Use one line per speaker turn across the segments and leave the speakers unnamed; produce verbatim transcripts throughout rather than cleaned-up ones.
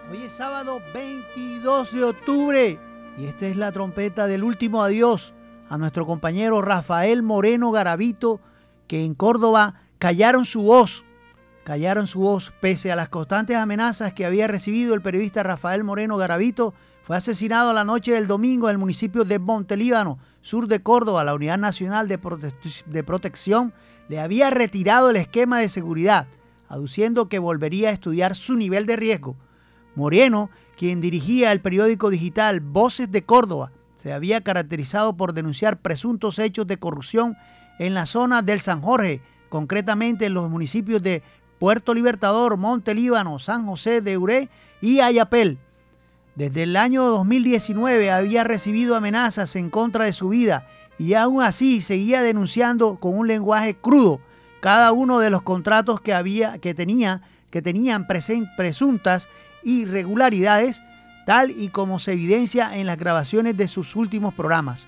Hoy es sábado veintidós de octubre y esta es la trompeta del último adiós a nuestro compañero Rafael Moreno Garavito, que en Córdoba callaron su voz, callaron su voz pese a las constantes amenazas que había recibido el periodista Rafael Moreno Garavito. Fue asesinado la noche del domingo en el municipio de Montelíbano, sur de Córdoba. La Unidad Nacional de, Prote- de Protección le había retirado el esquema de seguridad, aduciendo que volvería a estudiar su nivel de riesgo. Moreno, quien dirigía el periódico digital Voces de Córdoba, se había caracterizado por denunciar presuntos hechos de corrupción en la zona del San Jorge, concretamente en los municipios de Puerto Libertador, Montelíbano, San José de Uré y Ayapel. Desde el año dos mil diecinueve había recibido amenazas en contra de su vida y aún así seguía denunciando con un lenguaje crudo cada uno de los contratos que, había, que, tenía, que tenían presen, presuntas irregularidades, tal y como se evidencia en las grabaciones de sus últimos programas.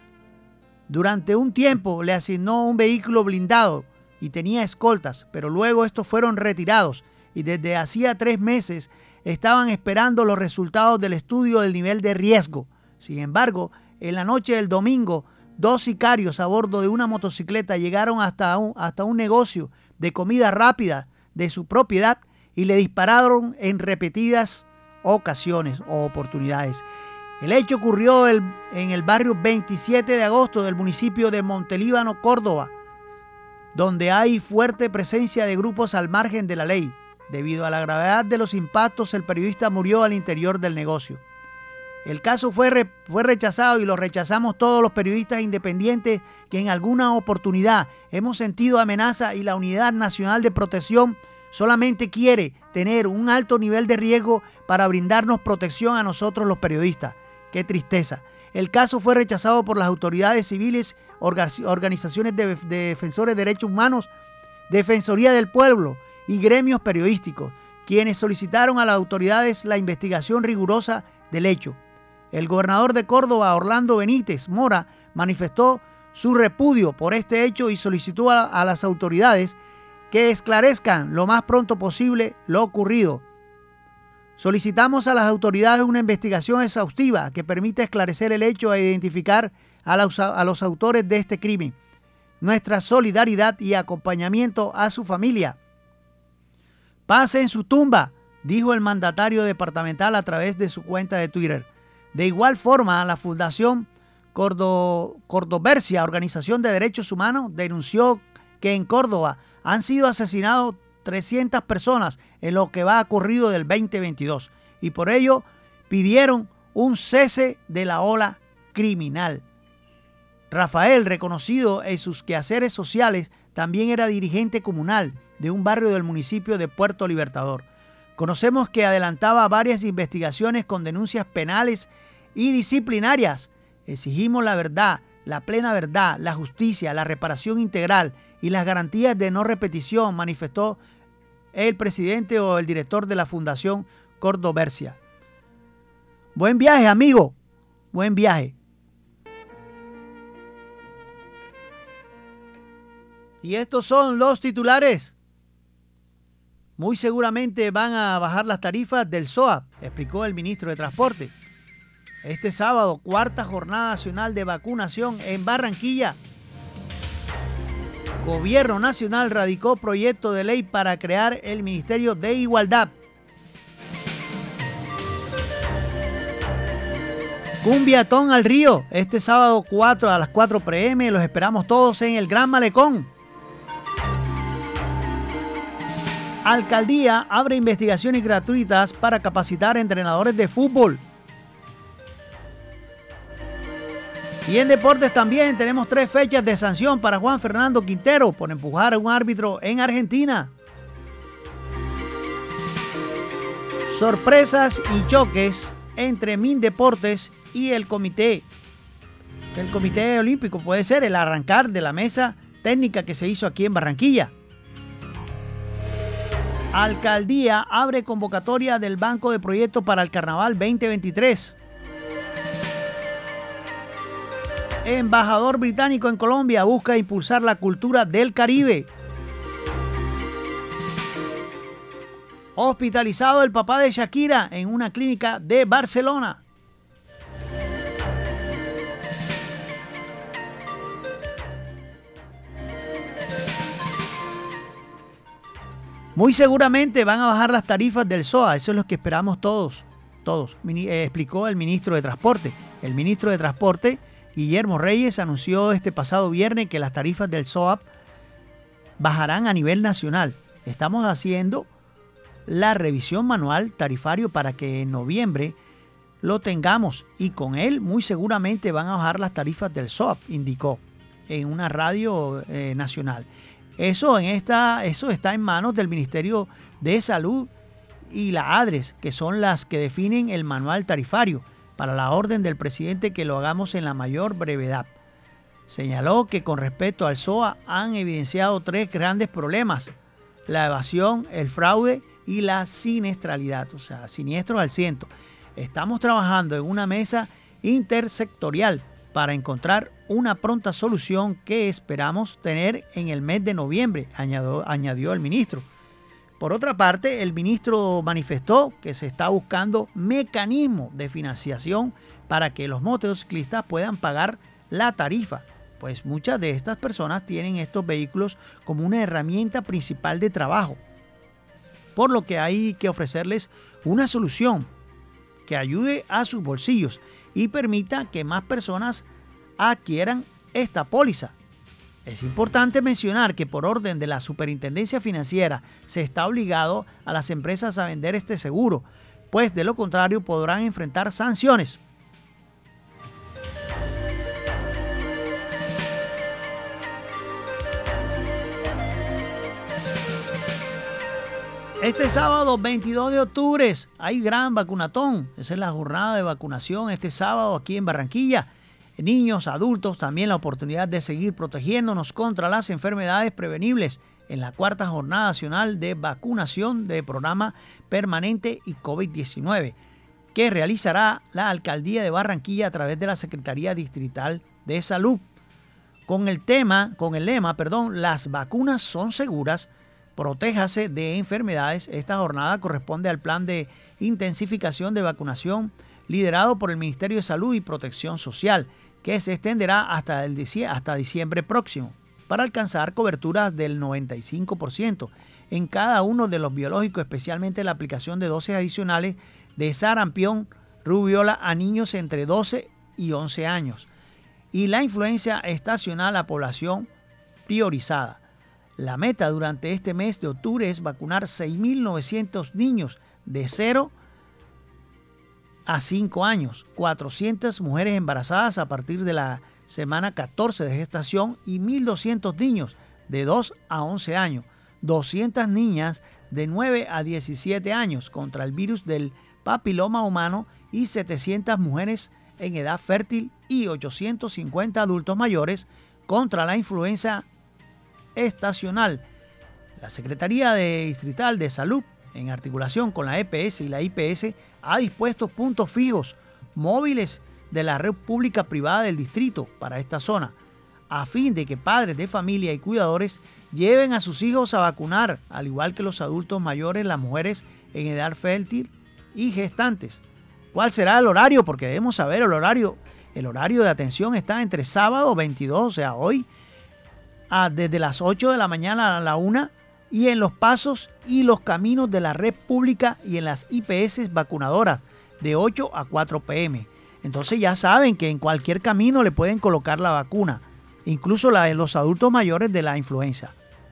Durante un tiempo le asignó un vehículo blindado y tenía escoltas, pero luego estos fueron retirados y desde hacía tres meses estaban esperando los resultados del estudio del nivel de riesgo. Sin embargo, en la noche del domingo, dos sicarios a bordo de una motocicleta llegaron hasta un, hasta un negocio de comida rápida de su propiedad y le dispararon en repetidas ocasiones o oportunidades. El hecho ocurrió el, en el barrio veintisiete de agosto del municipio de Montelíbano, Córdoba, donde hay fuerte presencia de grupos al margen de la ley. Debido a la gravedad de los impactos, el periodista murió al interior del negocio. El caso fue, re, fue rechazado y lo rechazamos todos los periodistas independientes que en alguna oportunidad hemos sentido amenaza, y la Unidad Nacional de Protección solamente quiere tener un alto nivel de riesgo para brindarnos protección a nosotros los periodistas. ¡Qué tristeza! El caso fue rechazado por las autoridades civiles, organizaciones de, de defensores de derechos humanos, Defensoría del Pueblo y gremios periodísticos, quienes solicitaron a las autoridades la investigación rigurosa del hecho. El gobernador de Córdoba, Orlando Benítez Mora, manifestó su repudio por este hecho y solicitó a, a las autoridades que esclarezcan lo más pronto posible lo ocurrido. Solicitamos a las autoridades una investigación exhaustiva que permita esclarecer el hecho e identificar a los, a los autores de este crimen. Nuestra solidaridad y acompañamiento a su familia. Paz en su tumba, dijo el mandatario departamental a través de su cuenta de Twitter. De igual forma, la Fundación Cordo, Cordoversia, Organización de Derechos Humanos, denunció que en Córdoba han sido asesinados trescientas personas en lo que va ocurrido del veinte veintidós y por ello pidieron un cese de la ola criminal. Rafael, reconocido en sus quehaceres sociales, también era dirigente comunal de un barrio del municipio de Puerto Libertador. Conocemos que adelantaba varias investigaciones con denuncias penales y disciplinarias. Exigimos la verdad, la plena verdad, la justicia, la reparación integral y las garantías de no repetición, manifestó el presidente o el director de la Fundación Cordoversia. Buen viaje, amigo. Buen viaje. Y estos son los titulares. Muy seguramente van a bajar las tarifas del S O A, explicó el ministro de Transporte. Este sábado, cuarta jornada nacional de vacunación en Barranquilla. Gobierno Nacional radicó proyecto de ley para crear el Ministerio de Igualdad. Cumbiatón al Río, este sábado cuatro a las cuatro p m Los esperamos todos en el Gran Malecón. Alcaldía abre investigaciones gratuitas para capacitar entrenadores de fútbol. Y en deportes también tenemos tres fechas de sanción para Juan Fernando Quintero por empujar a un árbitro en Argentina. Sorpresas y choques entre Mindeportes y el comité. El Comité Olímpico puede ser el arrancar de la mesa técnica que se hizo aquí en Barranquilla. Alcaldía abre convocatoria del Banco de Proyectos para el Carnaval veinte veintitrés. Embajador británico en Colombia busca impulsar la cultura del Caribe. Hospitalizado el papá de Shakira en una clínica de Barcelona. Muy seguramente van a bajar las tarifas del S O A, eso es lo que esperamos todos, todos, eh, explicó el ministro de Transporte. El ministro de Transporte, Guillermo Reyes, anunció este pasado viernes que las tarifas del S O A P bajarán a nivel nacional. Estamos haciendo la revisión manual tarifario para que en noviembre lo tengamos y con él muy seguramente van a bajar las tarifas del S O A P, indicó en una radio eh, nacional. Eso, en esta, eso está en manos del Ministerio de Salud y la ADRES, que son las que definen el manual tarifario para la orden del presidente que lo hagamos en la mayor brevedad. Señaló que con respecto al S O A han evidenciado tres grandes problemas: la evasión, el fraude y la siniestralidad, o sea, siniestros al ciento. Estamos trabajando en una mesa intersectorial para encontrar una pronta solución que esperamos tener en el mes de noviembre, añadió, añadió el ministro. Por otra parte, el ministro manifestó que se está buscando mecanismos de financiación para que los motociclistas puedan pagar la tarifa, pues muchas de estas personas tienen estos vehículos como una herramienta principal de trabajo, por lo que hay que ofrecerles una solución que ayude a sus bolsillos y permita que más personas adquieran esta póliza. Es importante mencionar que por orden de la Superintendencia Financiera se está obligado a las empresas a vender este seguro, pues de lo contrario podrán enfrentar sanciones. Este sábado veintidós de octubre hay gran vacunatón. Esa es la jornada de vacunación este sábado aquí en Barranquilla. Niños, adultos, también la oportunidad de seguir protegiéndonos contra las enfermedades prevenibles en la cuarta jornada nacional de vacunación de programa permanente y COVID diecinueve, que realizará la Alcaldía de Barranquilla a través de la Secretaría Distrital de Salud. Con el tema, con el lema, perdón, las vacunas son seguras, protéjase de enfermedades. Esta jornada corresponde al plan de intensificación de vacunación liderado por el Ministerio de Salud y Protección Social, que se extenderá hasta, el, hasta diciembre próximo, para alcanzar cobertura del noventa y cinco por ciento en cada uno de los biológicos, especialmente la aplicación de dosis adicionales de sarampión, rubiola a niños entre doce y once años, y la influenza estacional a población priorizada. La meta durante este mes de octubre es vacunar seis mil novecientos niños de cero a cinco años, cuatrocientas mujeres embarazadas a partir de la semana catorce de gestación y mil doscientos niños de dos a once años, doscientas niñas de nueve a diecisiete años contra el virus del papiloma humano y setecientas mujeres en edad fértil y ochocientos cincuenta adultos mayores contra la influenza estacional. La Secretaría de Distrital de Salud, en articulación con la E P S y la I P S, ha dispuesto puntos fijos móviles de la red pública privada del distrito para esta zona, a fin de que padres de familia y cuidadores lleven a sus hijos a vacunar, al igual que los adultos mayores, las mujeres en edad fértil y gestantes. ¿Cuál será el horario? Porque debemos saber el horario. El horario de atención está entre sábado veintidós, o sea, hoy, a, desde las ocho de la mañana a la una, y en los pasos y los caminos de la red pública y en las I P S vacunadoras de ocho a cuatro pe eme. Entonces ya saben que en cualquier camino le pueden colocar la vacuna, incluso la de los adultos mayores de la influenza.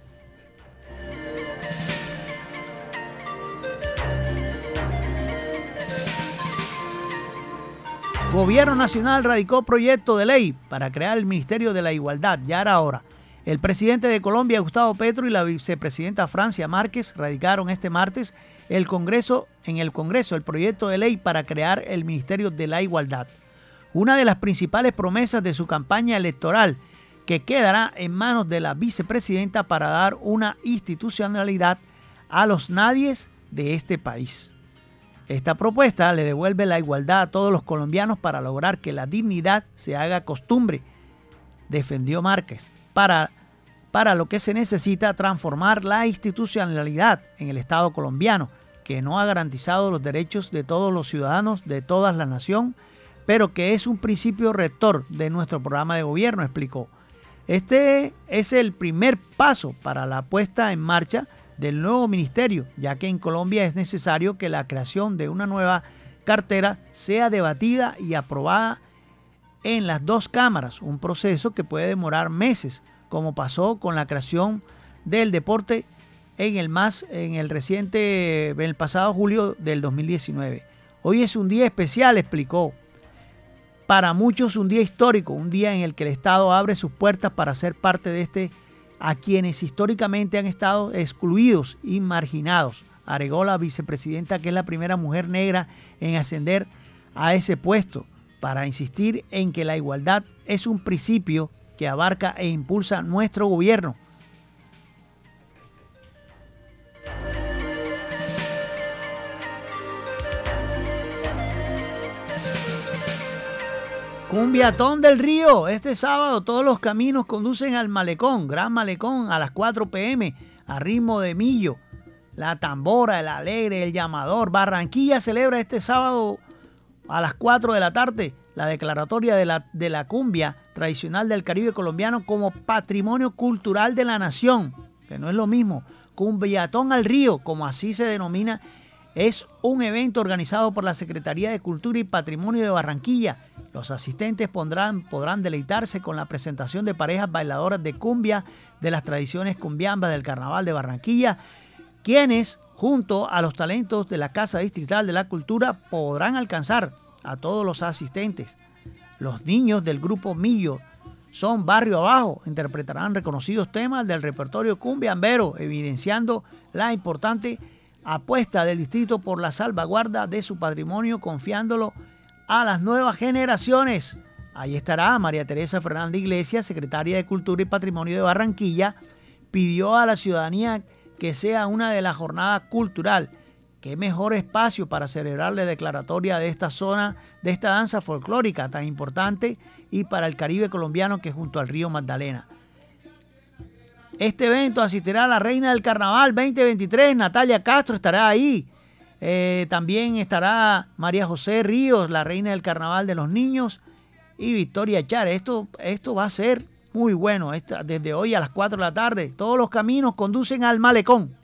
Gobierno Nacional radicó proyecto de ley para crear el Ministerio de la Igualdad. Ya era hora. El presidente de Colombia, Gustavo Petro, y la vicepresidenta Francia Márquez radicaron este martes el Congreso, en el Congreso el proyecto de ley para crear el Ministerio de la Igualdad. Una de las principales promesas de su campaña electoral, que quedará en manos de la vicepresidenta para dar una institucionalidad a los nadies de este país. Esta propuesta le devuelve la igualdad a todos los colombianos para lograr que la dignidad se haga costumbre, defendió Márquez. Para, para lo que se necesita transformar la institucionalidad en el Estado colombiano, que no ha garantizado los derechos de todos los ciudadanos de toda la nación, pero que es un principio rector de nuestro programa de gobierno, explicó. Este es el primer paso para la puesta en marcha del nuevo ministerio, ya que en Colombia es necesario que la creación de una nueva cartera sea debatida y aprobada en las dos cámaras, un proceso que puede demorar meses, como pasó con la creación del deporte en el más en el reciente en el pasado julio del dos mil diecinueve. Hoy es un día especial, explicó. Para muchos un día histórico, un día en el que el Estado abre sus puertas para ser parte de este a quienes históricamente han estado excluidos y marginados, agregó la vicepresidenta, que es la primera mujer negra en ascender a ese puesto, para insistir en que la igualdad es un principio que abarca e impulsa nuestro gobierno. Cumbiatón del Río. Este sábado todos los caminos conducen al Malecón, Gran Malecón, a las cuatro pe eme, a ritmo de millo. La tambora, el alegre, el llamador. Barranquilla celebra este sábado a las cuatro de la tarde la declaratoria de la, de la cumbia tradicional del Caribe colombiano como Patrimonio Cultural de la Nación, que no es lo mismo. Cumbiatón al Río, como así se denomina, es un evento organizado por la Secretaría de Cultura y Patrimonio de Barranquilla. Los asistentes podrán, podrán deleitarse con la presentación de parejas bailadoras de cumbia de las tradiciones cumbiambas del Carnaval de Barranquilla, quienes, junto a los talentos de la Casa Distrital de la Cultura, podrán alcanzar a todos los asistentes. Los niños del grupo Millo Son Barrio Abajo interpretarán reconocidos temas del repertorio cumbiambero, evidenciando la importante apuesta del distrito por la salvaguarda de su patrimonio, confiándolo a las nuevas generaciones. Ahí estará María Teresa Fernández Iglesias, secretaria de Cultura y Patrimonio de Barranquilla. Pidió a la ciudadanía que sea una de la jornada cultural. Qué mejor espacio para celebrar la declaratoria de esta zona, de esta danza folclórica tan importante y para el Caribe colombiano, que junto al río Magdalena. Este evento asistirá la reina del carnaval veinte veintitrés, Natalia Castro estará ahí. Eh, también estará María José Ríos, la reina del carnaval de los niños, y Victoria Char. Esto, esto va a ser muy bueno. Esta, desde hoy a las cuatro de la tarde, todos los caminos conducen al Malecón.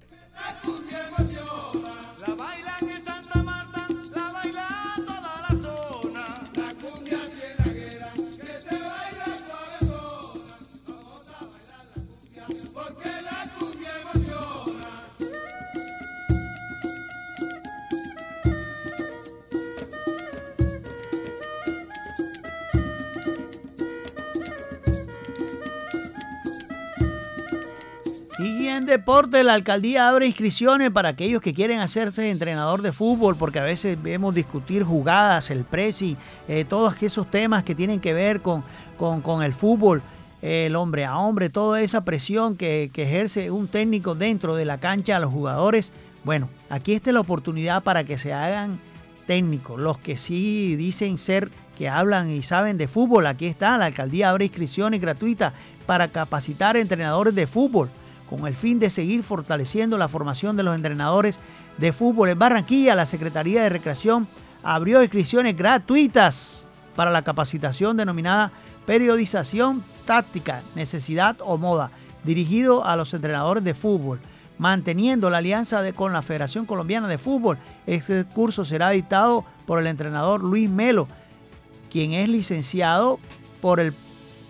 Y en deporte, la alcaldía abre inscripciones para aquellos que quieren hacerse entrenador de fútbol, porque a veces vemos discutir jugadas, el pressing, eh, todos esos temas que tienen que ver con, con, con el fútbol, eh, el hombre a hombre, toda esa presión que, que ejerce un técnico dentro de la cancha a los jugadores. Bueno, aquí está la oportunidad para que se hagan técnicos. Los que sí dicen ser, que hablan y saben de fútbol, aquí está, la alcaldía abre inscripciones gratuitas para capacitar entrenadores de fútbol, con el fin de seguir fortaleciendo la formación de los entrenadores de fútbol. En Barranquilla, la Secretaría de Recreación abrió inscripciones gratuitas para la capacitación denominada Periodización Táctica, Necesidad o Moda, dirigido a los entrenadores de fútbol. Manteniendo la alianza de, con la Federación Colombiana de Fútbol, este curso será dictado por el entrenador Luis Melo, quien es licenciado por el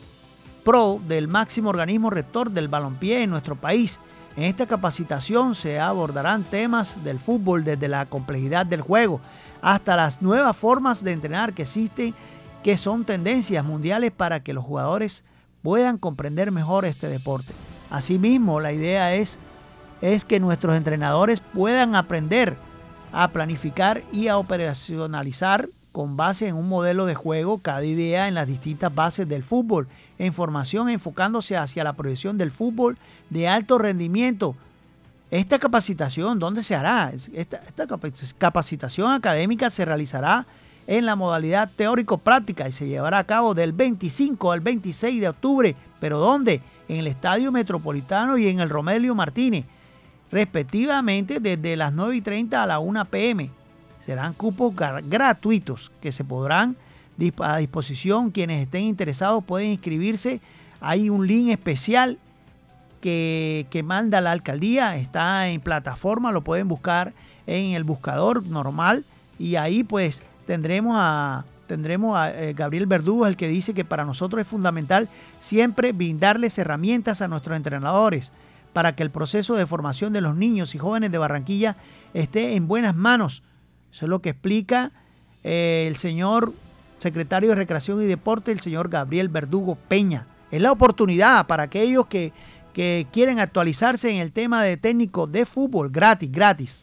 Pro del máximo organismo rector del balompié en nuestro país. En esta capacitación se abordarán temas del fútbol, desde la complejidad del juego hasta las nuevas formas de entrenar que existen, que son tendencias mundiales para que los jugadores puedan comprender mejor este deporte. Asimismo, la idea es, es que nuestros entrenadores puedan aprender a planificar y a operacionalizar con base en un modelo de juego cada idea en las distintas bases del fútbol, en formación enfocándose hacia la proyección del fútbol de alto rendimiento. Esta capacitación, ¿dónde se hará? Esta, esta capacitación académica se realizará en la modalidad teórico-práctica y se llevará a cabo del veinticinco al veintiséis de octubre. ¿Pero dónde? En el Estadio Metropolitano y en el Romelio Martínez. respectivamente desde las nueve y treinta a la una pe eme. Serán cupos gratuitos que se podrán a disposición. Quienes estén interesados pueden inscribirse. Hay un link especial que, que manda la alcaldía, está en plataforma, lo pueden buscar en el buscador normal y ahí pues tendremos a, tendremos a eh, Gabriel Verdugo, el que dice que para nosotros es fundamental siempre brindarles herramientas a nuestros entrenadores para que el proceso de formación de los niños y jóvenes de Barranquilla esté en buenas manos. Eso es lo que explica eh, el señor secretario de Recreación y Deporte, el señor Gabriel Verdugo Peña. Es la oportunidad para aquellos que, que quieren actualizarse en el tema de técnico de fútbol, gratis, gratis.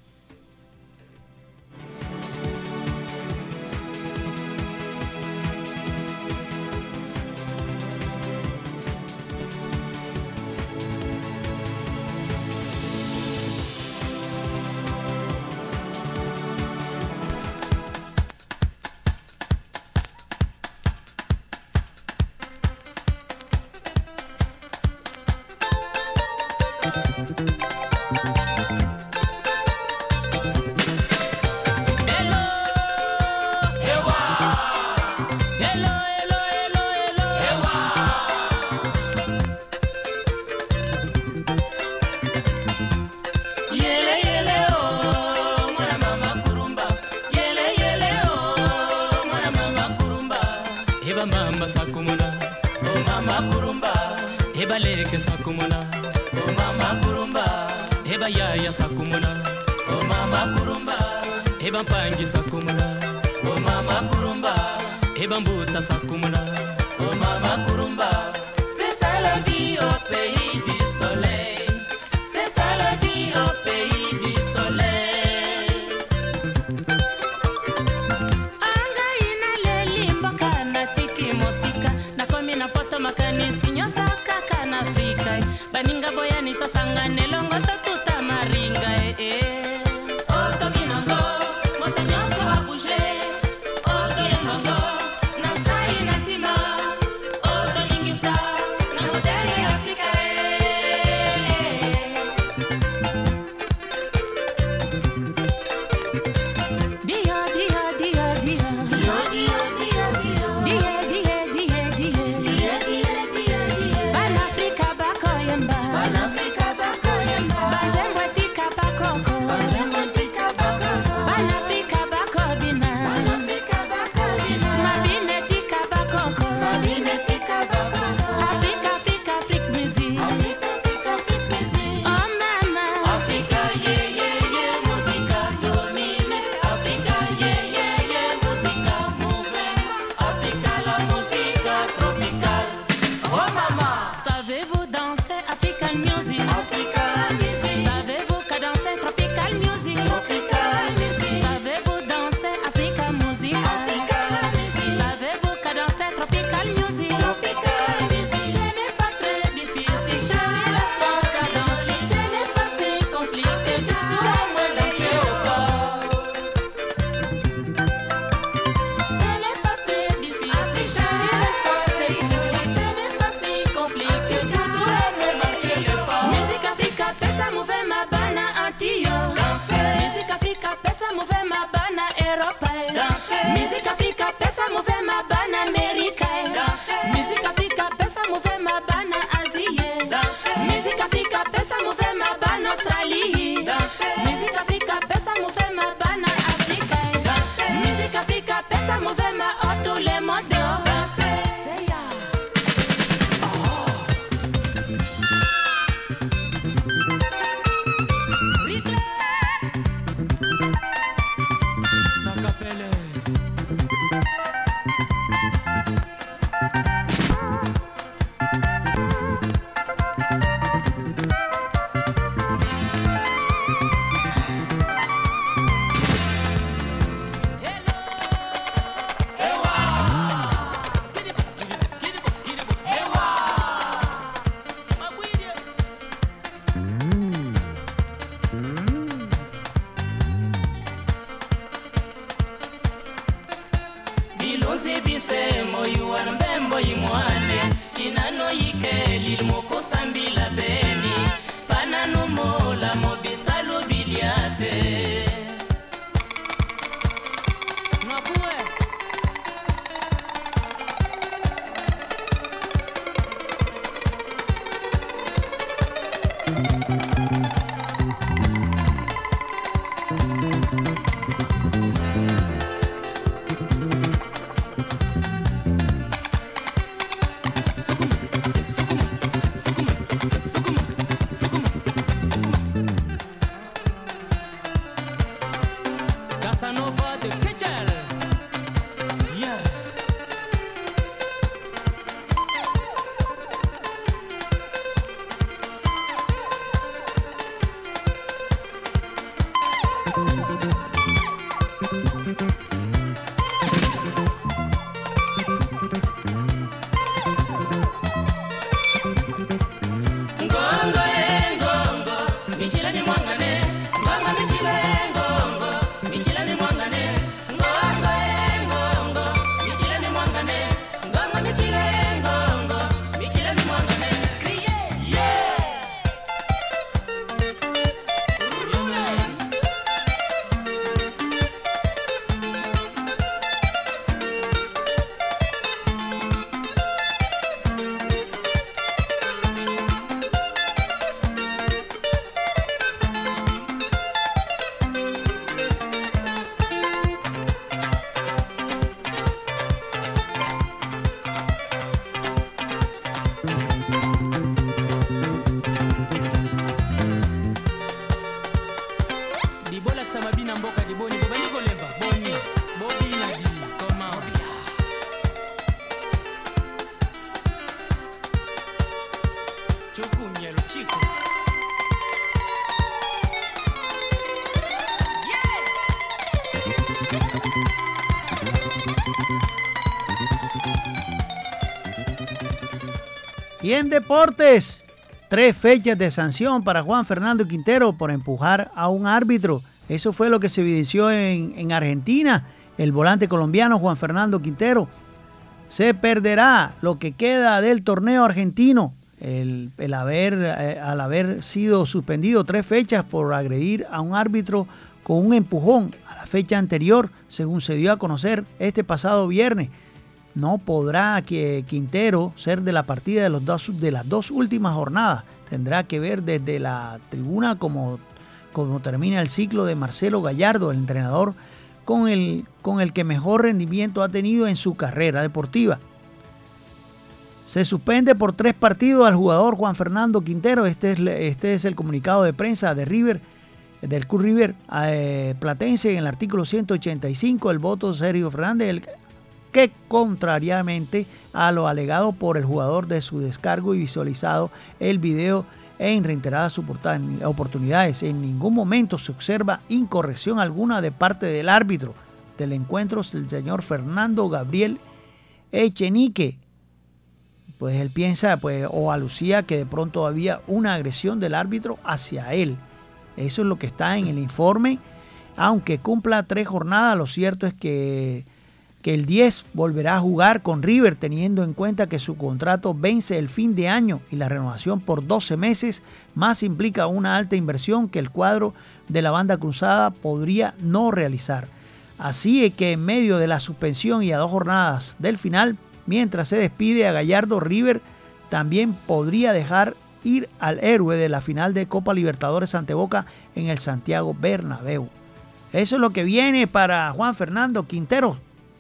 Chinano yike lilmoko sambila beni panano mola mobis
Y en deportes, tres fechas de sanción para Juan Fernando Quintero por empujar a un árbitro. Eso fue lo que se evidenció en, en Argentina. El volante colombiano Juan Fernando Quintero se perderá lo que queda del torneo argentino. El, el haber, eh, al haber sido suspendido tres fechas por agredir a un árbitro con un empujón a la fecha anterior, según se dio a conocer este pasado viernes. No podrá que Quintero ser de la partida de, los dos, de las dos últimas jornadas. Tendrá que ver desde la tribuna cómo, cómo termina el ciclo de Marcelo Gallardo, el entrenador con el, con el que mejor rendimiento ha tenido en su carrera deportiva. Se suspende por tres partidos al jugador Juan Fernando Quintero. Este es, este es el comunicado de prensa de River, del Club River eh, Platense, en el artículo ciento ochenta y cinco, el voto de Sergio Fernández, el, que contrariamente a lo alegado por el jugador de su descargo y visualizado el video en reiteradas oportunidades, en ningún momento se observa incorrección alguna de parte del árbitro del encuentro, el señor Fernando Gabriel Echenique. Pues él piensa, pues, o alucía que de pronto había una agresión del árbitro hacia él. Eso es lo que está en el informe. Aunque cumpla tres jornadas, lo cierto es que que el diez volverá a jugar con River, teniendo en cuenta que su contrato vence el fin de año y la renovación por doce meses más implica una alta inversión que el cuadro de la banda cruzada podría no realizar. Así es que en medio de la suspensión y a dos jornadas del final, mientras se despide a Gallardo, River también podría dejar ir al héroe de la final de Copa Libertadores ante Boca en el Santiago Bernabéu. Eso es lo que viene para Juan Fernando Quintero.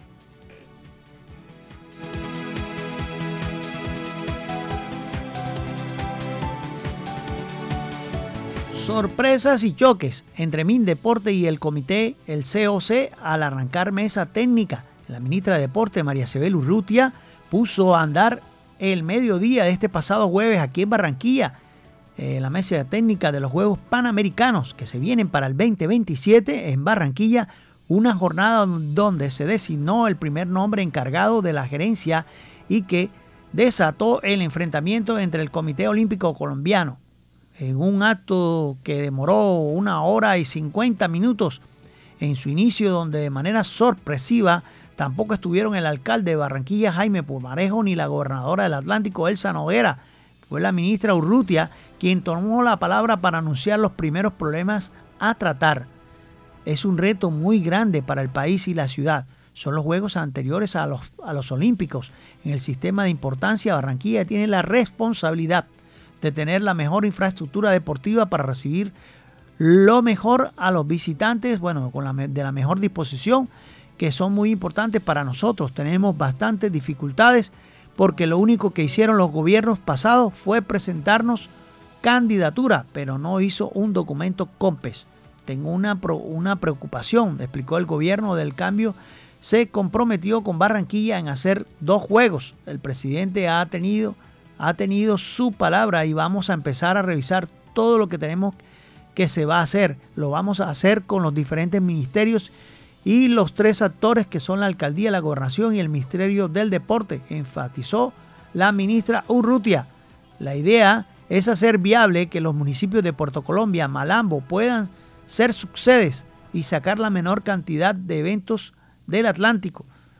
Sorpresas y choques entre Mindeporte y el comité, el C O C, al arrancar mesa técnica. La ministra de Deporte, María Cebel Urrutia, puso a andar el mediodía de este pasado jueves aquí en Barranquilla, eh, la mesa técnica de los Juegos Panamericanos que se vienen para el veinte veintisiete en Barranquilla, una jornada donde se designó el primer nombre encargado de la gerencia y que desató el enfrentamiento entre el Comité Olímpico Colombiano. En un acto que demoró una hora y cincuenta minutos en su inicio, donde de manera sorpresiva tampoco estuvieron el alcalde de Barranquilla, Jaime Pumarejo, ni la gobernadora del Atlántico, Elsa Noguera. Fue la ministra Urrutia quien tomó la palabra para anunciar los primeros problemas a tratar. Es un reto muy grande para el país y la ciudad. Son los juegos anteriores a los, a los Olímpicos. En el sistema de importancia, Barranquilla tiene la responsabilidad de tener la mejor infraestructura deportiva para recibir lo mejor a los visitantes, bueno, con la, de la mejor disposición, que son muy importantes para nosotros. Tenemos bastantes dificultades porque lo único que hicieron los gobiernos pasados fue presentarnos candidatura, pero no hizo un documento COMPES. Tengo una, una preocupación, explicó el gobierno del cambio. Se comprometió con Barranquilla en hacer dos juegos. El presidente ha tenido... ha tenido su palabra y vamos a empezar a revisar todo lo que tenemos que se va a hacer. Lo vamos a hacer con los diferentes ministerios y los tres actores que son la alcaldía, la gobernación y el Ministerio del Deporte, enfatizó la ministra Urrutia. La idea es hacer viable que los municipios de Puerto Colombia, Malambo, puedan ser subsedes y sacar la menor cantidad de eventos del Atlántico.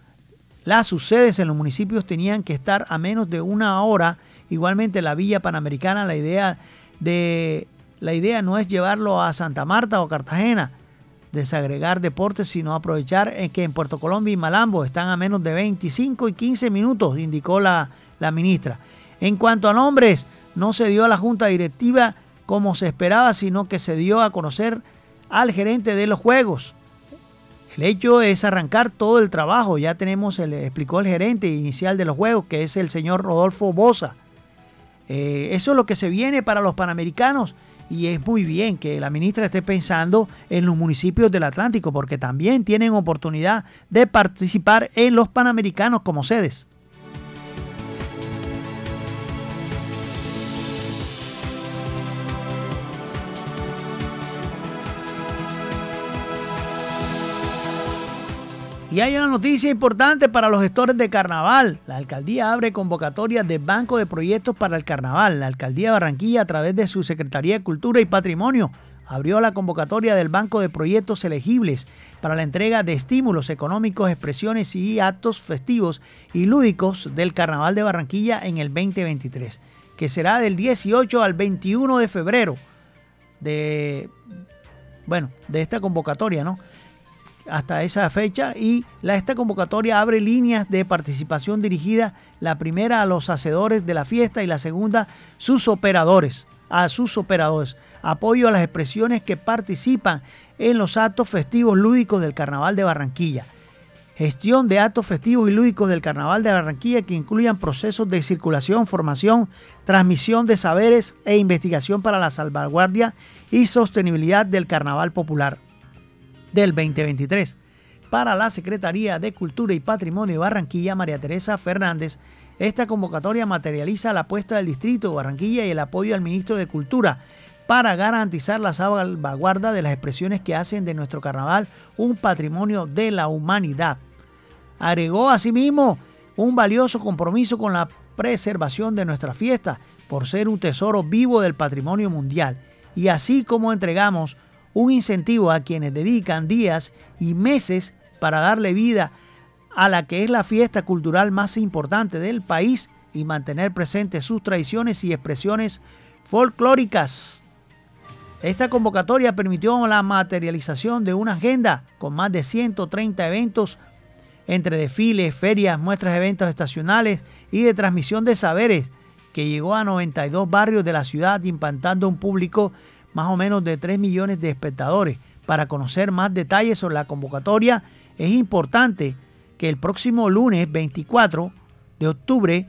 Las subsedes en los municipios tenían que estar a menos de una hora. Igualmente la Villa Panamericana, la idea, de, la idea no es llevarlo a Santa Marta o Cartagena, desagregar deportes, sino aprovechar en que en Puerto Colombia y Malambo están a menos de veinticinco y quince minutos, indicó la, la ministra. En cuanto a nombres, no se dio a la junta directiva como se esperaba, sino que se dio a conocer al gerente de los juegos. El hecho es arrancar todo el trabajo. Ya tenemos, el, explicó el gerente inicial de los juegos, que es el señor Rodolfo Boza. Eh, eso es lo que se viene para los Panamericanos y es muy bien que la ministra esté pensando en los municipios del Atlántico, porque también tienen oportunidad de participar en los Panamericanos como sedes. Y hay una noticia importante para los gestores de carnaval. La alcaldía abre convocatorias de Banco de Proyectos para el Carnaval. La alcaldía de Barranquilla, a través de su Secretaría de Cultura y Patrimonio, abrió la convocatoria del Banco de Proyectos elegibles para la entrega de estímulos económicos, expresiones y actos festivos y lúdicos del Carnaval de Barranquilla en el veinte veintitrés, que será del dieciocho al veintiuno de febrero de, bueno, de esta convocatoria, ¿no? Hasta esa fecha, y la, esta convocatoria abre líneas de participación dirigida, la primera a los hacedores de la fiesta y la segunda sus operadores, a sus operadores. Apoyo a las expresiones que participan en los actos festivos lúdicos del Carnaval de Barranquilla. Gestión de actos festivos y lúdicos del Carnaval de Barranquilla que incluyan procesos de circulación, formación, transmisión de saberes e investigación para la salvaguardia y sostenibilidad del Carnaval Popular del veinte veintitrés. Para la Secretaría de Cultura y Patrimonio de Barranquilla, María Teresa Fernández, esta convocatoria materializa la apuesta del Distrito de Barranquilla y el apoyo al Ministro de Cultura para garantizar la salvaguarda de las expresiones que hacen de nuestro carnaval un patrimonio de la humanidad. Agregó asimismo un valioso compromiso con la preservación de nuestra fiesta por ser un tesoro vivo del patrimonio mundial, y así como entregamos un incentivo a quienes dedican días y meses para darle vida a la que es la fiesta cultural más importante del país y mantener presentes sus tradiciones y expresiones folclóricas. Esta convocatoria permitió la materialización de una agenda con más de ciento treinta eventos entre desfiles, ferias, muestras de eventos estacionales y de transmisión de saberes, que llegó a noventa y dos barrios de la ciudad, impactando un público más o menos de tres millones de espectadores. Para conocer más detalles sobre la convocatoria, es importante que el próximo lunes veinticuatro de octubre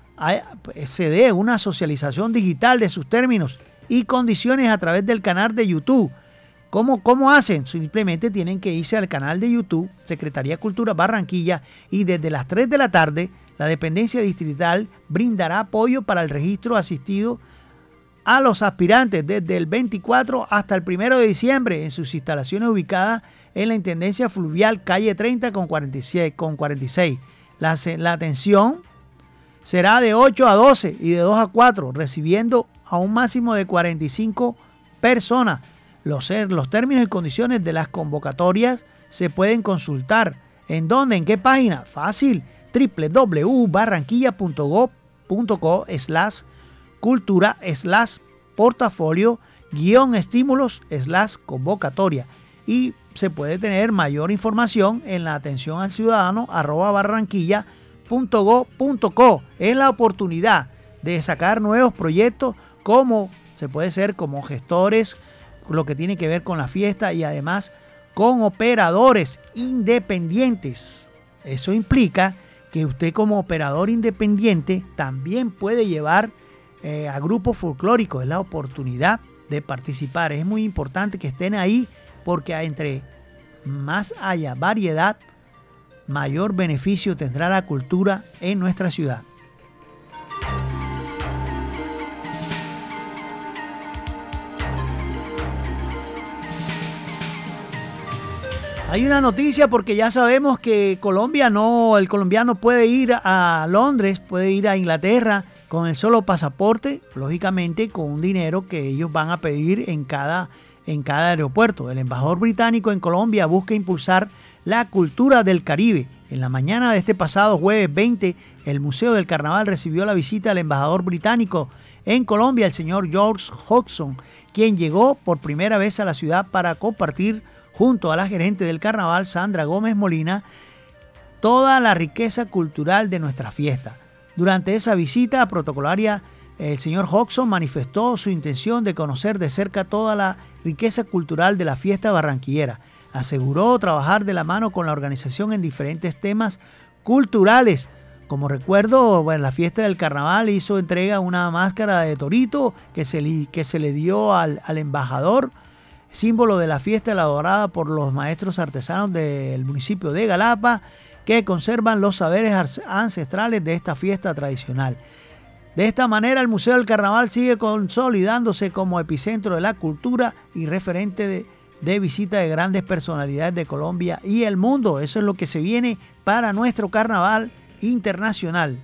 se dé una socialización digital de sus términos y condiciones a través del canal de YouTube. ¿Cómo, cómo hacen? Simplemente tienen que irse al canal de YouTube, Secretaría de Cultura Barranquilla, y desde las tres de la tarde, la dependencia distrital brindará apoyo para el registro asistido a los aspirantes desde el veinticuatro hasta el primero de diciembre en sus instalaciones ubicadas en la Intendencia Fluvial, calle treinta con cuarenta y seis. La, la atención será de ocho a doce y de dos a cuatro, recibiendo a un máximo de cuarenta y cinco personas. Los, los términos y condiciones de las convocatorias se pueden consultar. ¿En dónde? ¿En qué página? Fácil. doble u doble u doble u punto barranquilla punto gob punto co slash cultura slash portafolio guión estímulos slash convocatoria, y se puede tener mayor información en la atención al ciudadano arroba barranquilla punto gob punto co. Es la oportunidad de sacar nuevos proyectos, como se puede ser como gestores, lo que tiene que ver con la fiesta, y además con operadores independientes. Eso implica que usted, como operador independiente, también puede llevar Eh, a grupos folclóricos. Es la oportunidad de participar. Es muy importante que estén ahí, porque entre más haya variedad, mayor beneficio tendrá la cultura en nuestra ciudad. Hay una noticia, porque ya sabemos que Colombia no, el colombiano puede ir a Londres, puede ir a Inglaterra con el solo pasaporte, lógicamente con un dinero que ellos van a pedir en cada, en cada aeropuerto. El embajador británico en Colombia busca impulsar la cultura del Caribe. En la mañana de este pasado jueves veinte, el Museo del Carnaval recibió la visita del embajador británico en Colombia, el señor George Hodgson, quien llegó por primera vez a la ciudad para compartir junto a la gerente del carnaval, Sandra Gómez Molina, toda la riqueza cultural de nuestra fiesta. Durante esa visita protocolaria, el señor Hodgson manifestó su intención de conocer de cerca toda la riqueza cultural de la fiesta barranquillera. Aseguró trabajar de la mano con la organización en diferentes temas culturales, Como recuerdo, bueno, la fiesta del carnaval hizo entrega una máscara de torito que se le, que se le dio al, al embajador, símbolo de la fiesta elaborada por los maestros artesanos del municipio de Galapa, que conservan los saberes ancestrales de esta fiesta tradicional. De esta manera, el Museo del Carnaval sigue consolidándose como epicentro de la cultura y referente de, de visita de grandes personalidades de Colombia y el mundo. Eso es lo que se viene para nuestro carnaval internacional.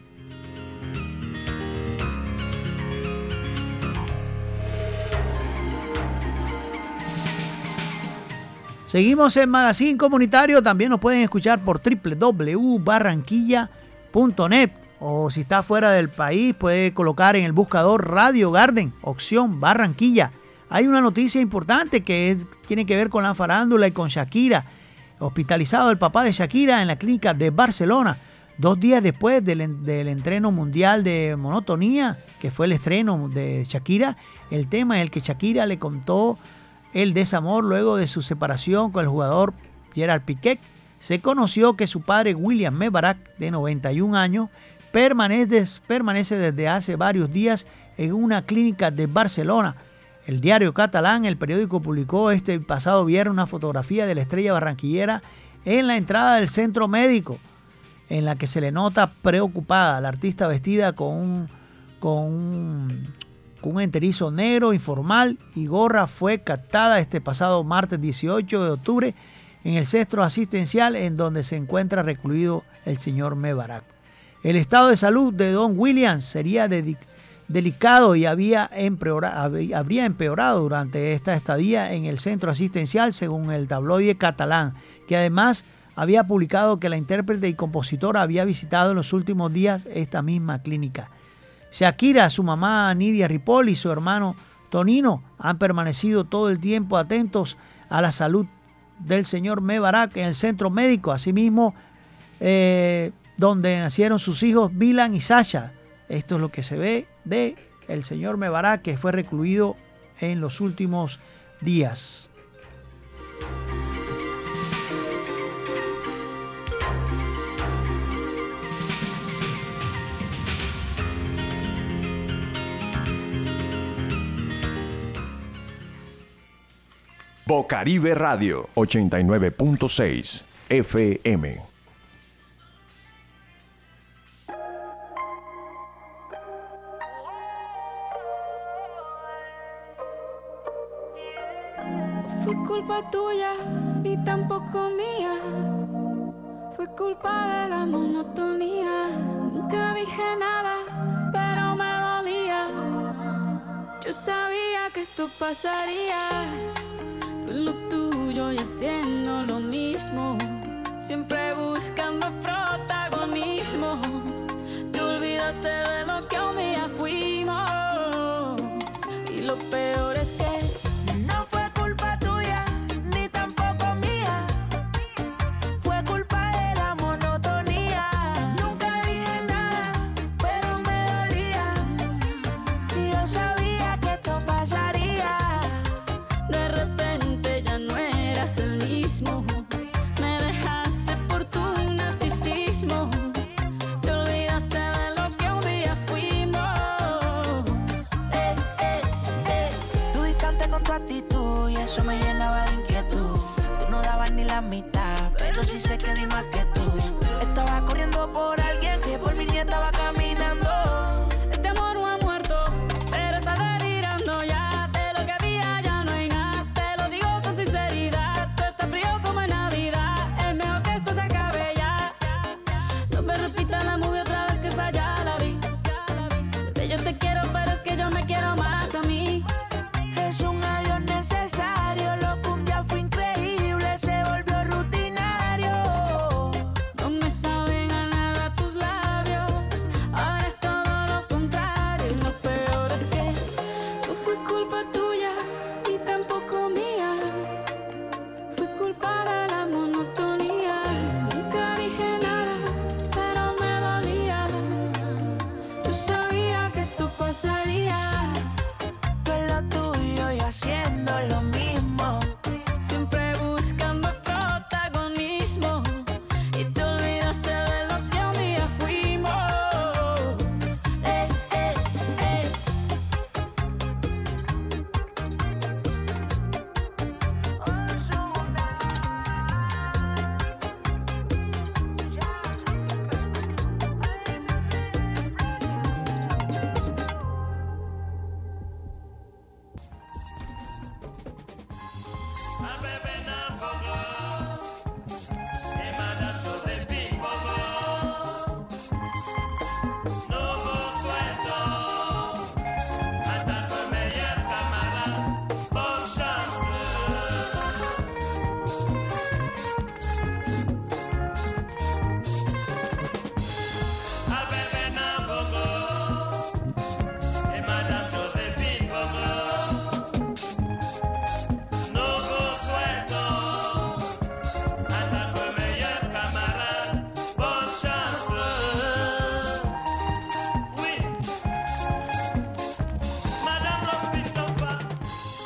Seguimos en Magazine Comunitario. También nos pueden escuchar por doble u doble u doble u punto barranquilla punto net, o si está fuera del país puede colocar en el buscador Radio Garden, opción Barranquilla. Hay una noticia importante que es, tiene que ver con la farándula y con Shakira. Hospitalizado el papá de Shakira en la clínica de Barcelona, dos días después del, del estreno mundial de Monotonía, que fue el estreno de Shakira. El tema en el que Shakira le contó el desamor luego de su separación con el jugador Gerard Piqué. Se conoció que su padre William Mebarak, de noventa y un años, permanece, permanece desde hace varios días en una clínica de Barcelona. El diario catalán, El Periódico, publicó este pasado viernes una fotografía de la estrella barranquillera en la entrada del centro médico, en la que se le nota preocupada. La artista, vestida con un, con un, con un enterizo negro informal y gorra, fue captada este pasado martes dieciocho de octubre en el centro asistencial en donde se encuentra recluido el señor Mebarak. El estado de salud de Don Williams sería de, delicado y había empeorado, habría empeorado durante esta estadía en el centro asistencial, según el tabloide catalán, que además había publicado que la intérprete y compositora había visitado en los últimos días esta misma clínica. Shakira, su mamá Nidia Ripoll y su hermano Tonino han permanecido todo el tiempo atentos a la salud del señor Mebarak en el centro médico, asimismo eh, donde nacieron sus hijos Milan y Sasha. Esto es lo que se ve de el señor Mebarak, que fue recluido en los últimos días.
Bocaribe Radio ochenta y nueve punto seis F M.
Fue culpa tuya, ni tampoco mía. Fue culpa de la monotonía. Nunca dije nada, pero me dolía. Yo sabía que esto pasaría. Lo tuyo y haciendo lo mismo, siempre buscando protagonismo. Te olvidaste de lo que un día fuimos, y lo peor es que no fue culpa tuya, ni tampoco mía. Fue culpa de la monotonía. Nunca dije nada, pero me dolía. Y yo sabía que esto pasaría. De repente no eras el mismo, me dejaste por tu narcisismo, te olvidaste de lo que un día fuimos. Eh, eh, eh.
Tú distante con tu actitud y eso me llenaba de inquietud. Tú no dabas ni la mitad, pero sí sé que di más que tú. Estaba corriendo por alguien que por mí ni estaba caminando.
Este amor no ha muerto, pero está delirando ya. De lo que había ya no hay nada, te lo digo con sinceridad. Tú estás frío como en Navidad, es mejor que esto se acabe ya. No me repita la movie otra vez, que esa ya la vi. Bebé, yo te quiero, pero es que yo me quiero más a mí.
Es un adiós necesario, lo que un día fue increíble se volvió rutinario.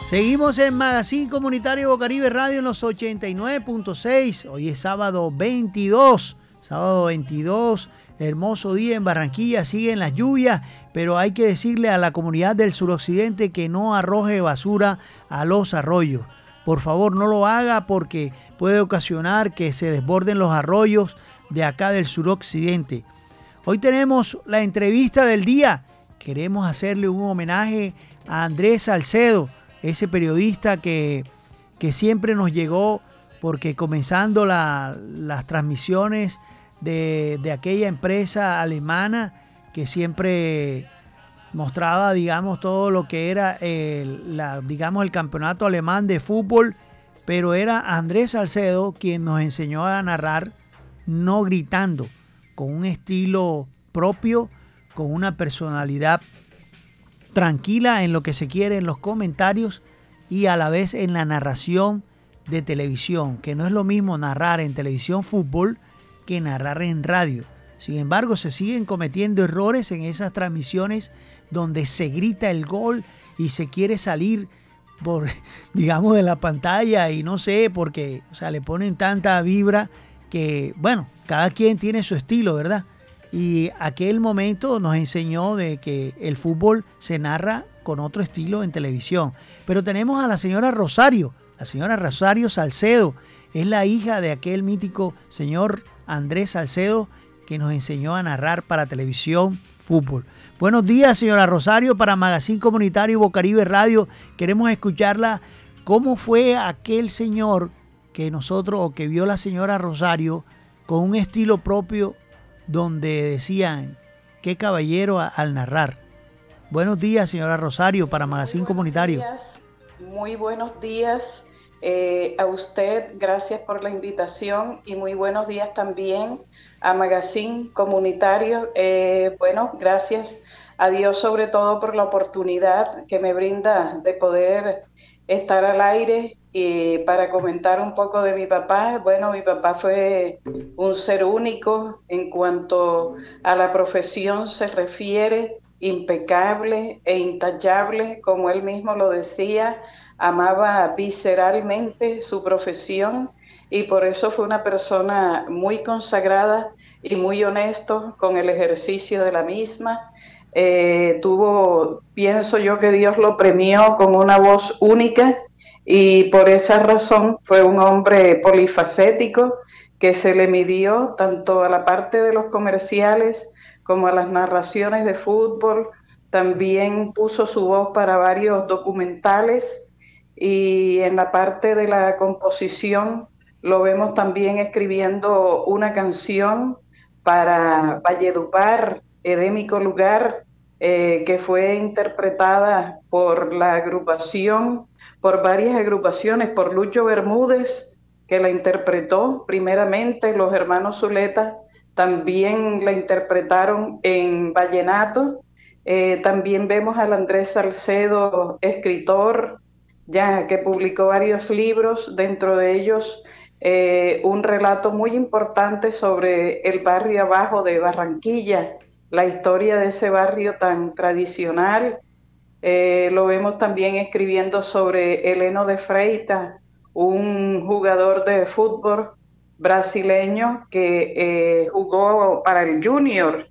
Seguimos en Magazine Comunitario Bocaribe Radio en los ochenta y nueve punto seis. Hoy es sábado veintidós. Sábado veintidós, hermoso día en Barranquilla. Siguen las lluvias, pero hay que decirle a la comunidad del suroccidente que no arroje basura a los arroyos. Por favor, no lo haga porque puede ocasionar que se desborden los arroyos de acá del suroccidente. Hoy tenemos la entrevista del día. Queremos hacerle un homenaje a Andrés Salcedo, ese periodista que, que siempre nos llegó, porque comenzando la, las transmisiones de, de aquella empresa alemana que siempre mostraba, digamos, todo lo que era el, la, digamos, el campeonato alemán de fútbol, pero era Andrés Salcedo quien nos enseñó a narrar no gritando, con un estilo propio, con una personalidad tranquila en lo que se quiere en los comentarios y a la vez en la narración de televisión, que no es lo mismo narrar en televisión fútbol que narrar en radio. Sin embargo, se siguen cometiendo errores en esas transmisiones donde se grita el gol y se quiere salir por, digamos, de la pantalla y no sé, porque, o sea, le ponen tanta vibra que, bueno, cada quien tiene su estilo, ¿verdad? Y aquel momento nos enseñó de que el fútbol se narra con otro estilo en televisión. Pero tenemos a la señora Rosario, la señora Rosario Salcedo, es la hija de aquel mítico señor Andrés Salcedo que nos enseñó a narrar para televisión fútbol. Buenos días, señora Rosario, para Magazine Comunitario Bocaribe Radio. Queremos escucharla. ¿Cómo fue aquel señor que nosotros, o que vio la señora Rosario, con un estilo propio, donde decían, qué caballero a, al narrar? Buenos días, señora Rosario, para Magazine Comunitario.
Días, muy buenos días eh, a usted, gracias por la invitación y muy buenos días también a Magazine Comunitario. Eh, bueno, gracias a Dios sobre todo por la oportunidad que me brinda de poder estar al aire y para comentar un poco de mi papá. Bueno, mi papá fue un ser único en cuanto a la profesión se refiere, impecable e intachable, como él mismo lo decía, amaba visceralmente su profesión y por eso fue una persona muy consagrada y muy honesto con el ejercicio de la misma. Eh, tuvo, pienso yo que Dios lo premió con una voz única y por esa razón fue un hombre polifacético que se le midió tanto a la parte de los comerciales como a las narraciones de fútbol. También puso su voz para varios documentales y en la parte de la composición lo vemos también escribiendo una canción para Valledupar, Edémico Lugar, eh, que fue interpretada por la agrupación, por varias agrupaciones, por Lucho Bermúdez, que la interpretó primeramente, los hermanos Zuleta también la interpretaron en vallenato. Eh, también vemos al Andrés Salcedo, escritor, ya que publicó varios libros, dentro de ellos eh, un relato muy importante sobre el barrio abajo de Barranquilla, la historia de ese barrio tan tradicional. Eh, lo vemos también escribiendo sobre Heleno de Freitas, un jugador de fútbol brasileño que eh, jugó para el Junior.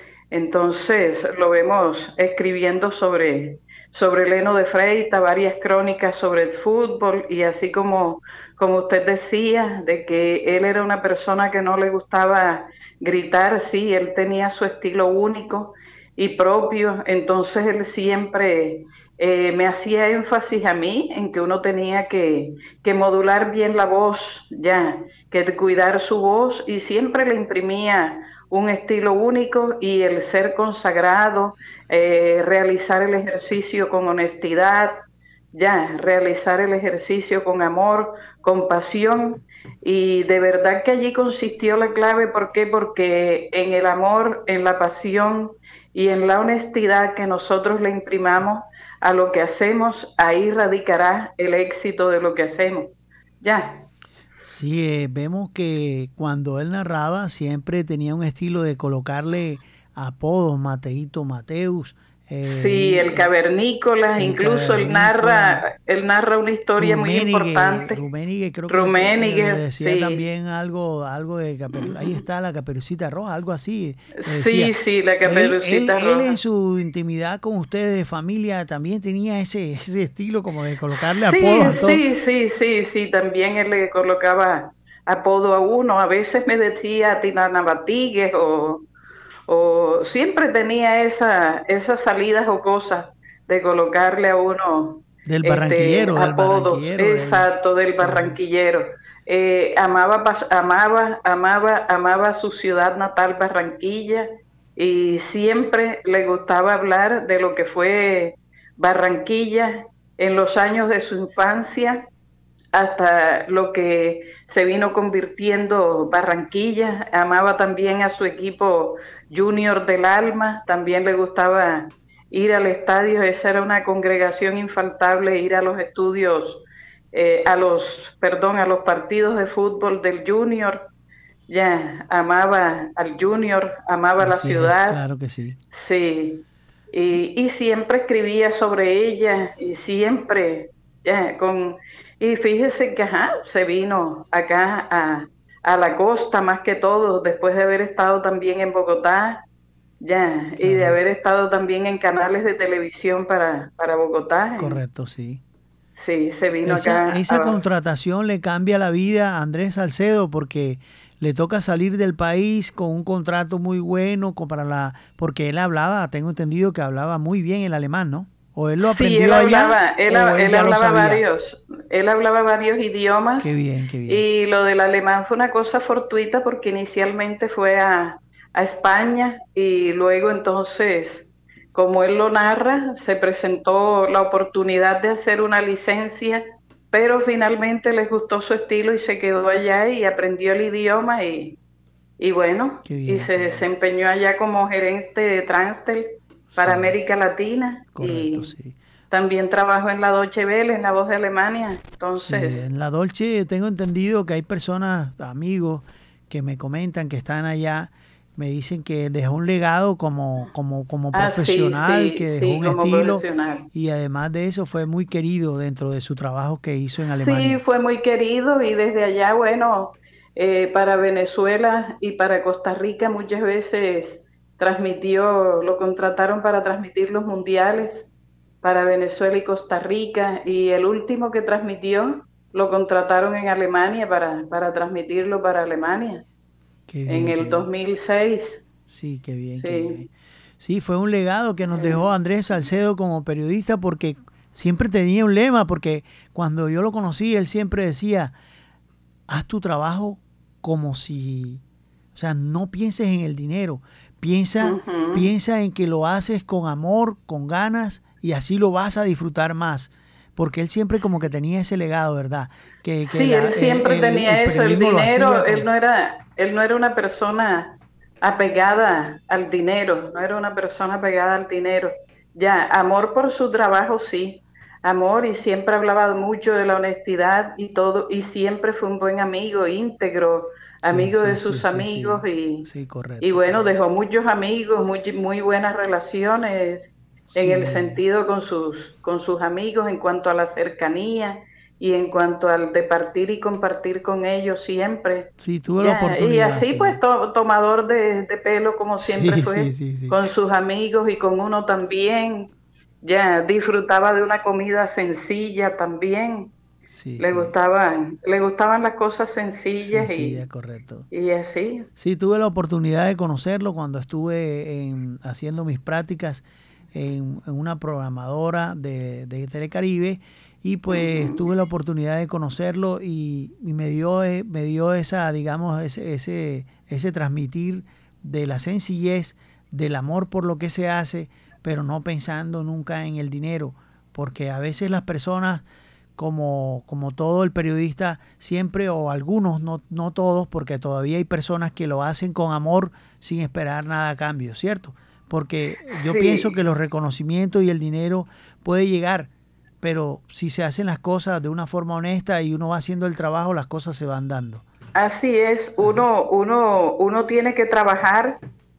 Entonces lo vemos escribiendo sobre, sobre Heleno de Freitas, varias crónicas sobre el fútbol y así como, como usted decía, de que él era una persona que no le gustaba gritar, sí, él tenía su estilo único y propio, entonces él siempre eh, me hacía énfasis a mí en que uno tenía que, que modular bien la voz, ya, que cuidar su voz y siempre le imprimía un estilo único y el ser consagrado, eh, realizar el ejercicio con honestidad, ya, realizar el ejercicio con amor, con pasión, y de verdad que allí consistió la clave. ¿Por qué? Porque en el amor, en la pasión y en la honestidad que nosotros le imprimamos a lo que hacemos, ahí radicará el éxito de lo que hacemos, ya.
Sí, eh, vemos que cuando él narraba siempre tenía un estilo de colocarle apodos, Mateito Mateus, Eh,
Sí, el cavernícola,
el
incluso él
cavernícola,
narra, él narra una historia muy
Rummenigge,
importante.
Rummenigge creo que le, le
Rummenigge,
decía
sí,
también algo, algo de Caperu- ahí está la Caperucita Roja, algo así, le
sí,
decía.
sí, la
Él, él,
Caperucita
él en
Roja.
su intimidad con ustedes de familia también tenía ese, ese estilo como de colocarle apodos
Sí,
a todos.
sí, sí, sí, sí, también él le colocaba apodo a uno, a veces me decía Tinana Batigues o, o siempre tenía esa, esas salidas o cosas de colocarle a uno
Del
este,
barranquillero, del
apodos,
barranquillero, del...
exacto, del
Sí, sí.
barranquillero. Eh, amaba, pas- amaba, amaba, amaba su ciudad natal, Barranquilla, y siempre le gustaba hablar de lo que fue Barranquilla en los años de su infancia hasta lo que se vino convirtiendo Barranquilla. Amaba también a su equipo Junior del Alma, también le gustaba ir al estadio, esa era una congregación infaltable, ir a los estudios, eh, a los, perdón, a los partidos de fútbol del Junior. Ya, amaba al Junior, amaba la
Así es,
ciudad,
claro que sí.
sí,
Sí,
y, y siempre escribía sobre ella y siempre, ya, con, y fíjese que, ajá, se vino acá a, a la costa más que todo, después de haber estado también en Bogotá, ya, y de
claro,
haber estado también en canales de televisión para, para Bogotá, en-
correcto, sí.
sí, se vino
Esa,
acá
esa
a,
contratación le cambia la vida a Andrés Salcedo porque le toca salir del país con un contrato muy bueno co- para la, porque él hablaba, tengo entendido que hablaba muy bien el alemán, ¿no? O él lo
sí, él
aprendió allá
hablaba, él,
o
ha-
él
él
ya lo
hablaba
sabía.
varios, él hablaba varios
Qué
idiomas
bien, qué bien.
y lo del alemán fue una cosa fortuita porque inicialmente fue a, a España y luego entonces, como él lo narra, se presentó la oportunidad de hacer una licencia, pero finalmente les gustó su estilo y se quedó allá y aprendió el idioma y, y bueno,
Qué
y
bien,
se
qué bien.
desempeñó allá como gerente de Transtel para
Sí,
América Latina
correcto,
y
sí.
también trabajó en la Deutsche Welle, en La Voz de Alemania.
Sí,
Entonces,
en la Dolce tengo entendido que hay personas, amigos, que me comentan que están allá, me dicen que dejó un legado como, como, como
ah, sí,
profesional,
sí,
que dejó
sí,
un
como
estilo
profesional.
y además de eso fue muy querido dentro de su trabajo que hizo en
Sí,
Alemania.
fue muy querido y desde allá, bueno, eh, para Venezuela y para Costa Rica muchas veces transmitió, lo contrataron para transmitir los mundiales para Venezuela y Costa Rica y el último que transmitió lo contrataron en Alemania para, para transmitirlo para Alemania
Qué
en
bien, qué
el
bien.
dos mil seis.
Sí, qué bien, qué bien.
Sí,
Sí, fue un legado que nos
eh,
dejó Andrés Salcedo como periodista porque siempre tenía un lema, porque cuando yo lo conocí, él siempre decía, haz tu trabajo como si, o sea, no pienses en el dinero, piensa,
ujú.
piensa en que lo haces con amor, con ganas y así lo vas a disfrutar más. Porque él siempre como que tenía ese legado, ¿verdad? Que, que
Sí,
la-
él
el,
siempre
el- el
tenía eso, el
periodismo lo hacía
dinero, él
con...
no era, él no era una persona apegada al dinero, no era una persona apegada al dinero. Ya, amor por su trabajo, sí, amor y siempre hablaba mucho de la honestidad y todo, y siempre fue un buen amigo, íntegro,
Sí,
amigo de
sí, sí,
sus
sí,
amigos
sí.
y,
Sí,
y
correcto,
bueno,
correcto.
dejó muchos amigos, muy, muy buenas relaciones en el
Sí,
sentido con sus, con sus amigos en cuanto a la cercanía y en cuanto al de partir y compartir con ellos siempre.
sí, tuve la
Ya, y
oportunidad,
así pues
sí.
to- tomador de, de pelo como siempre
Sí, sí,
fue,
sí, sí.
con sus amigos y con uno también. Ya, disfrutaba de una comida sencilla también.
Sí,
Le
sí.
gustaban, le gustaban las cosas sencillas
Sencilla,
y,
correcto.
y así.
Sí, tuve la oportunidad de conocerlo cuando estuve en- haciendo mis prácticas en, en una programadora de, de Telecaribe y pues
Ujú.
tuve la oportunidad de conocerlo y, y me dio eh, me dio esa, digamos, ese, ese, ese transmitir de la sencillez, del amor por lo que se hace, pero no pensando nunca en el dinero, porque a veces las personas como, como todo el periodista siempre, o algunos, no, no todos, porque todavía hay personas que lo hacen con amor sin esperar nada a cambio, ¿cierto? Porque yo pienso
Sí,
que los reconocimientos y el dinero puede llegar, pero si se hacen las cosas de una forma honesta y uno va haciendo el trabajo, las cosas se van dando.
así es.
Así.
Uno, uno, uno tiene que trabajar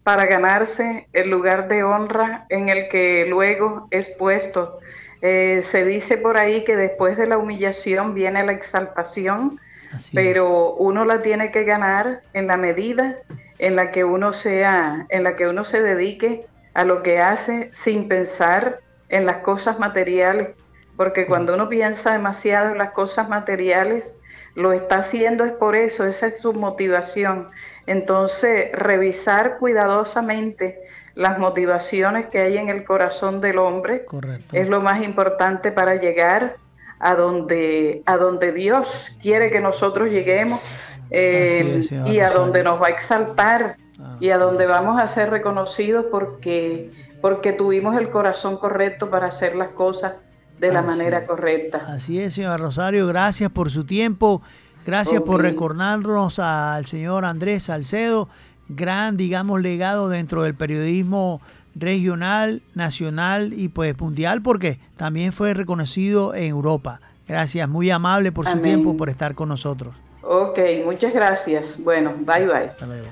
para ganarse el lugar de honra en el que luego es puesto. Eh, se dice por ahí que después de la humillación viene la exaltación, Así pero es. Uno la tiene que ganar en la medida en la que uno sea, en la que uno se dedique a lo que hace sin pensar en las cosas materiales, porque cuando uno piensa demasiado en las cosas materiales, lo está haciendo es por eso, esa es su motivación. Entonces, revisar cuidadosamente las motivaciones que hay en el corazón del hombre Correcto. Es lo más importante para llegar a donde, a donde Dios quiere que nosotros lleguemos, eh, es, y a donde nos va a exaltar ah, y a donde es. Vamos a ser reconocidos porque, porque tuvimos el corazón correcto para hacer las cosas de la Así manera es. Correcta.
Así es, señora Rosario, gracias por su tiempo, gracias okay. por recordarnos al señor Andrés Salcedo, gran, digamos, legado dentro del periodismo regional, nacional y pues mundial, porque también fue reconocido en Europa. Gracias, muy amable por Amén. Su tiempo, por estar con nosotros.
Ok, muchas gracias. Bueno, bye bye.
Hasta luego.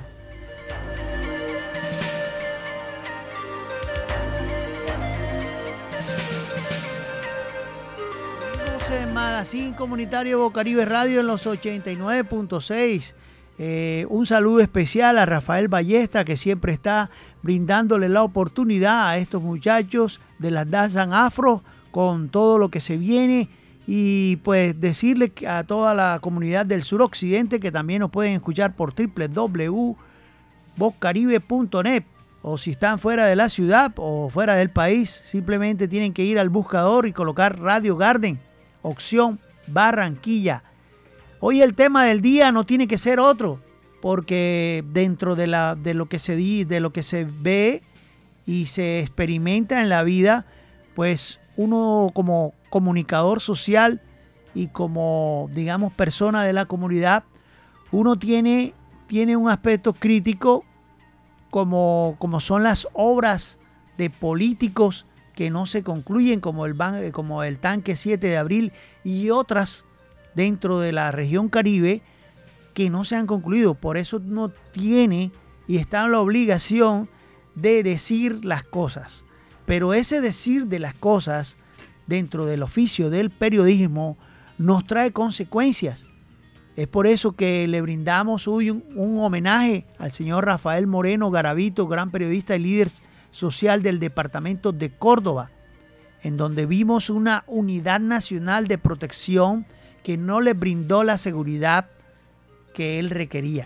En Magazine Comunitario Bocaribe Radio en los ochenta y nueve punto seis. Eh, un saludo especial a Rafael Ballesta, que siempre está brindándole la oportunidad a estos muchachos de las danzas afro con todo lo que se viene, y pues decirle a toda la comunidad del suroccidente que también nos pueden escuchar por doble u doble u doble u punto bocaribe punto net, o si están fuera de la ciudad o fuera del país, simplemente tienen que ir al buscador y colocar Radio Garden, opción Barranquilla. Hoy el tema del día no tiene que ser otro, porque dentro de, la, de, lo que se di, de lo que se ve y se experimenta en la vida, pues uno como comunicador social y como, digamos, persona de la comunidad, uno tiene, tiene un aspecto crítico como, como son las obras de políticos que no se concluyen, como el, como el Tanque siete de abril y otras dentro de la región Caribe que no se han concluido. Por eso uno tiene y está en la obligación de decir las cosas. Pero ese decir de las cosas dentro del oficio del periodismo nos trae consecuencias. Es por eso que le brindamos hoy un, un homenaje al señor Rafael Moreno Garavito, gran periodista y líder social del departamento de Córdoba, en donde vimos una unidad nacional de protección que no le brindó la seguridad que él requería.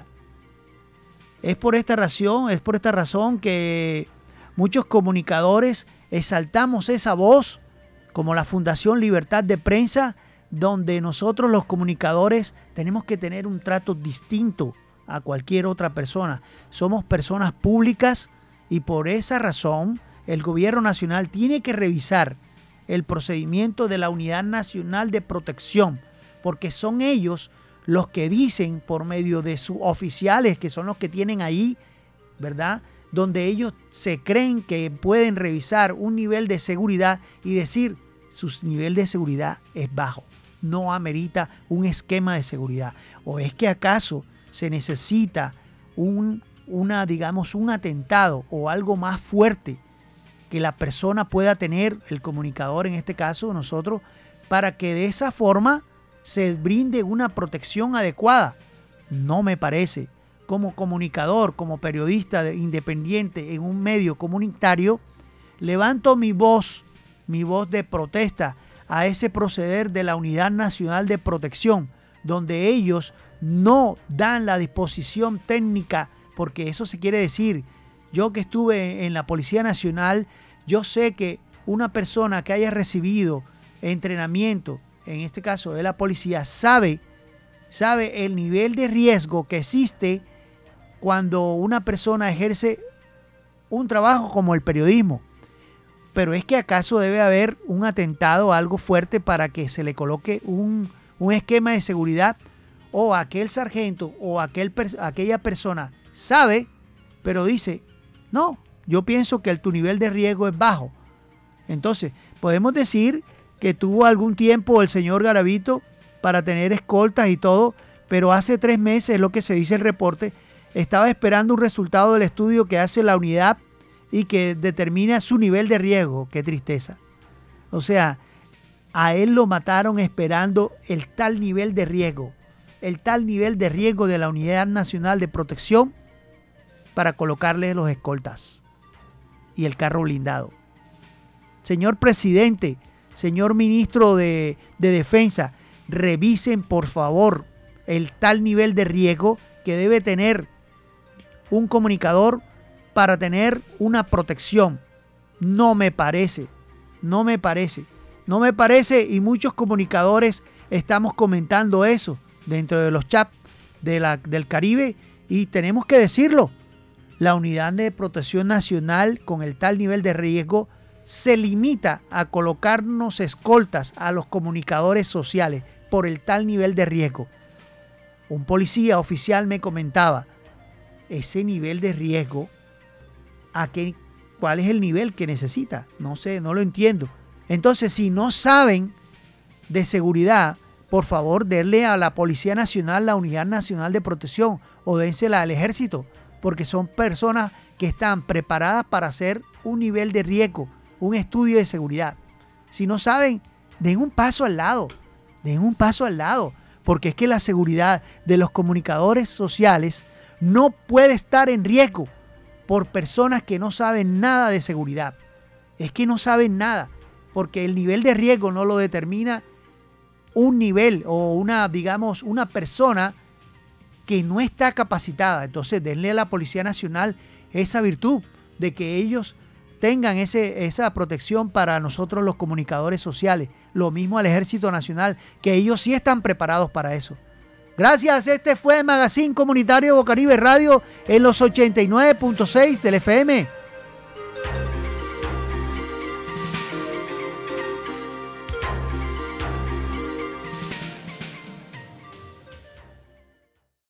Es por esta razón, es por esta razón que muchos comunicadores exaltamos esa voz, como la Fundación Libertad de Prensa, donde nosotros los comunicadores tenemos que tener un trato distinto a cualquier otra persona. Somos personas públicas y por esa razón el gobierno nacional tiene que revisar el procedimiento de la Unidad Nacional de Protección, porque son ellos los que dicen por medio de sus oficiales, que son los que tienen ahí, ¿verdad?, donde ellos se creen que pueden revisar un nivel de seguridad y decir su nivel de seguridad es bajo, no amerita un esquema de seguridad. ¿O es que acaso se necesita un, una, digamos, un atentado o algo más fuerte que la persona pueda tener, el comunicador en este caso, nosotros, para que de esa forma se brinde una protección adecuada? No me parece. Como comunicador, como periodista independiente en un medio comunitario, levanto mi voz, mi voz de protesta a ese proceder de la Unidad Nacional de Protección, donde ellos no dan la disposición técnica, porque eso se quiere decir, yo que estuve en la Policía Nacional, yo sé que una persona que haya recibido entrenamiento, en este caso de la policía, sabe, sabe el nivel de riesgo que existe cuando una persona ejerce un trabajo como el periodismo. Pero es que acaso debe haber un atentado, algo fuerte para que se le coloque un, un esquema de seguridad, o aquel sargento o aquel, aquella persona sabe, pero dice, no, yo pienso que el, tu nivel de riesgo es bajo. Entonces, podemos decir que tuvo algún tiempo el señor Garavito para tener escoltas y todo, pero hace tres meses, es lo que se dice el reporte, estaba esperando un resultado del estudio que hace la unidad y que determina su nivel de riesgo. Qué tristeza. O sea, a él lo mataron esperando el tal nivel de riesgo, el tal nivel de riesgo de la Unidad Nacional de Protección para colocarle los escoltas y el carro blindado. Señor presidente, señor ministro de, de Defensa, revisen por favor el tal nivel de riesgo que debe tener un comunicador para tener una protección. No me parece, no me parece, no me parece y muchos comunicadores estamos comentando eso dentro de los chats de la, del Caribe y tenemos que decirlo. La Unidad de Protección Nacional con el tal nivel de riesgo se limita a colocarnos escoltas a los comunicadores sociales por el tal nivel de riesgo. Un policía oficial me comentaba, ese nivel de riesgo, ¿a qué, cuál es el nivel que necesita? No sé, no lo entiendo. Entonces, si no saben de seguridad, por favor, denle a la Policía Nacional la Unidad Nacional de Protección o dénsela al Ejército, porque son personas que están preparadas para hacer un nivel de riesgo, un estudio de seguridad. Si no saben, den un paso al lado, den un paso al lado, porque es que la seguridad de los comunicadores sociales no puede estar en riesgo por personas que no saben nada de seguridad. Es que no saben nada, porque el nivel de riesgo no lo determina un nivel o una, digamos, una persona que no está capacitada. Entonces, denle a la Policía Nacional esa virtud de que ellos tengan ese, esa protección para nosotros los comunicadores sociales. Lo mismo al Ejército Nacional, que ellos sí están preparados para eso. Gracias, este fue el Magazine Comunitario de Bocaribe Radio en los ochenta y nueve punto seis del F M.